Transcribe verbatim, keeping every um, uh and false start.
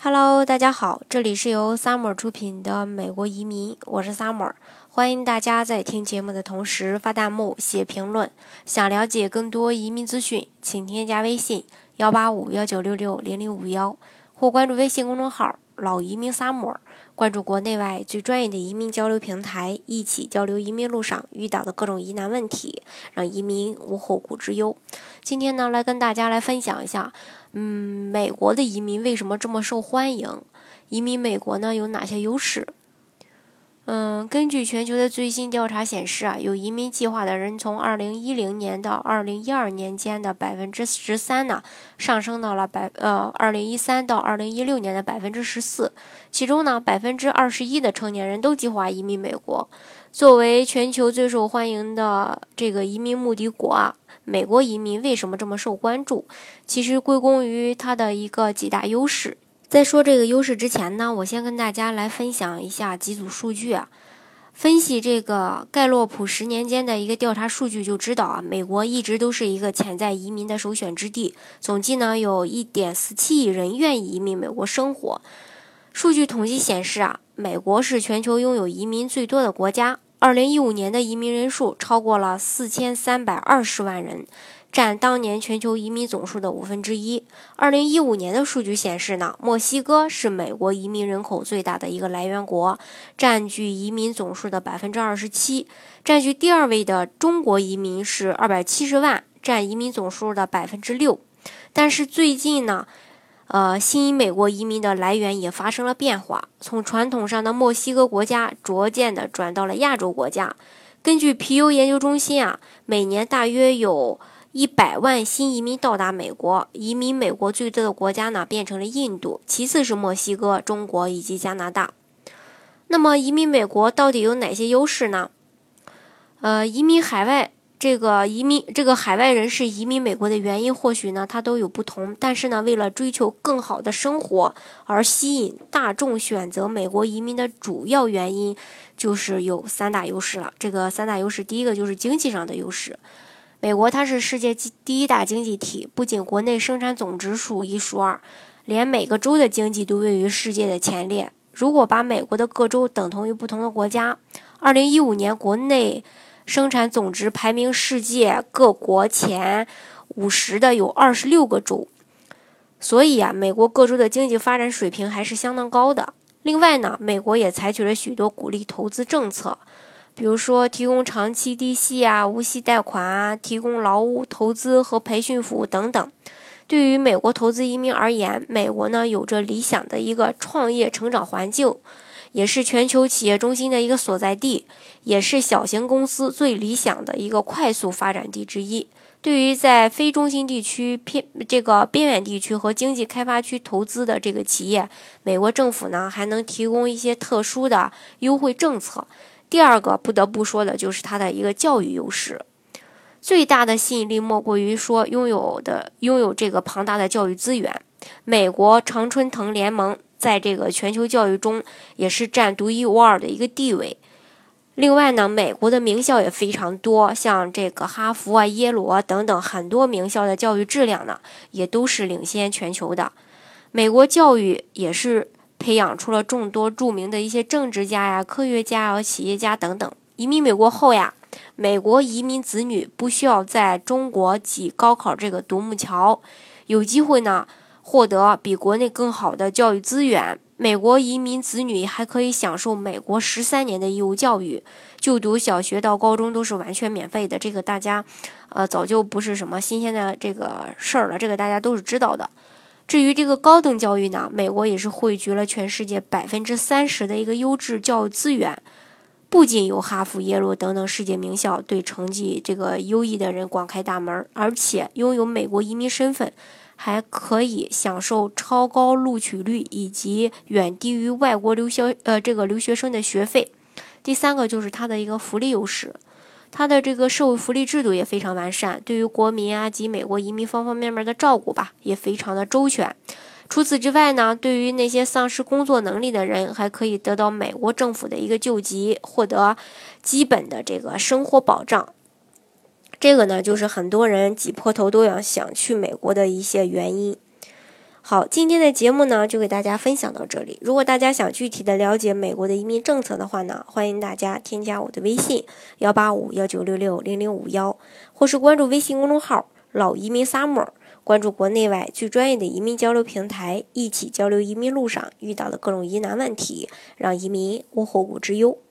Hello，大家好，这里是由 Summer 出品的美国移民，我是 Summer，欢迎大家在听节目的同时发弹幕、写评论。想了解更多移民资讯，请添加微信幺八五幺九六六零零五幺，或关注微信公众号老移民 Summer， 关注国内外最专业的移民交流平台，一起交流移民路上遇到的各种疑难问题，让移民无后顾之忧。今天呢，来跟大家来分享一下。嗯，美国的移民为什么这么受欢迎？移民美国呢有哪些优势？嗯，根据全球的最新调查显示啊，有移民计划的人从二零一零年到二零一二年间的百分之十三呢，上升到了百呃二零一三到二零一六年的百分之十四。其中呢，百分之二十一的成年人都计划移民美国。作为全球最受欢迎的这个移民目的国啊。美国移民为什么这么受关注？其实归功于它的一个几大优势。在说这个优势之前呢，我先跟大家来分享一下几组数据啊。分析这个盖洛普十年间的一个调查数据就知道啊，美国一直都是一个潜在移民的首选之地。总计呢有 一点四七亿人愿意移民美国生活。数据统计显示啊，美国是全球拥有移民最多的国家。二零一五年的移民人数超过了四千三百二十万人，占当年全球移民总数的五分之一。二零一五年的数据显示呢，墨西哥是美国移民人口最大的一个来源国，占据移民总数的百分之二十七。占据第二位的中国移民是二百七十万，占移民总数的百分之六。但是最近呢，呃，新美国移民的来源也发生了变化，从传统上的墨西哥国家逐渐的转到了亚洲国家。根据皮尤研究中心啊，每年大约有一百万新移民到达美国。移民美国最多的国家呢，变成了印度，其次是墨西哥、中国以及加拿大。那么移民美国到底有哪些优势呢？呃，移民海外。这个移民，这个海外人士移民美国的原因，或许呢它都有不同，但是呢，为了追求更好的生活而吸引大众选择美国移民的主要原因，就是有三大优势了。这个三大优势，第一个就是经济上的优势。美国它是世界第一大经济体，不仅国内生产总值数一数二，连每个州的经济都位于世界的前列。如果把美国的各州等同于不同的国家，二零一五年国内生产总值排名世界各国前五十的有二十六个州，所以啊，美国各州的经济发展水平还是相当高的。另外呢，美国也采取了许多鼓励投资政策，比如说提供长期低息啊、无息贷款啊，提供劳务、投资和培训服务等等。对于美国投资移民而言，美国呢有着理想的一个创业成长环境。也是全球企业中心的一个所在地，也是小型公司最理想的一个快速发展地之一。对于在非中心地区、偏这个边远地区和经济开发区投资的这个企业，美国政府呢还能提供一些特殊的优惠政策。第二个不得不说的就是它的一个教育优势，最大的吸引力莫过于说拥有的拥有这个庞大的教育资源。美国常春藤联盟在这个全球教育中也是占独一无二的一个地位。另外呢，美国的名校也非常多，像这个哈佛啊、耶鲁啊等等很多名校的教育质量呢，也都是领先全球的。美国教育也是培养出了众多著名的一些政治家呀、科学家啊、企业家等等。移民美国后呀，美国移民子女不需要在中国挤高考这个独木桥，有机会呢获得比国内更好的教育资源。美国移民子女还可以享受美国十三年的义务教育，就读小学到高中都是完全免费的。这个大家，呃，早就不是什么新鲜的这个事儿了，这个大家都是知道的。至于这个高等教育呢，美国也是汇聚了全世界百分之三十的一个优质教育资源。不仅有哈佛、耶鲁等等世界名校对成绩这个优异的人广开大门，而且拥有美国移民身份，还可以享受超高录取率以及远低于外国留学呃这个留学生的学费。第三个就是它的一个福利优势，它的这个社会福利制度也非常完善，对于国民啊及美国移民方方面面的照顾吧，也非常的周全。除此之外呢，对于那些丧失工作能力的人，还可以得到美国政府的一个救济，获得基本的这个生活保障。这个呢，就是很多人挤破头都要想去美国的一些原因。 好，今天的节目呢就给大家分享到这里。如果大家想具体的了解美国的移民政策的话呢，欢迎大家添加我的微信幺八五幺九六六零零五幺，或是关注微信公众号老移民 Summer， 关注国内外最专业的移民交流平台，一起交流移民路上遇到的各种疑难问题，让移民无后顾之忧。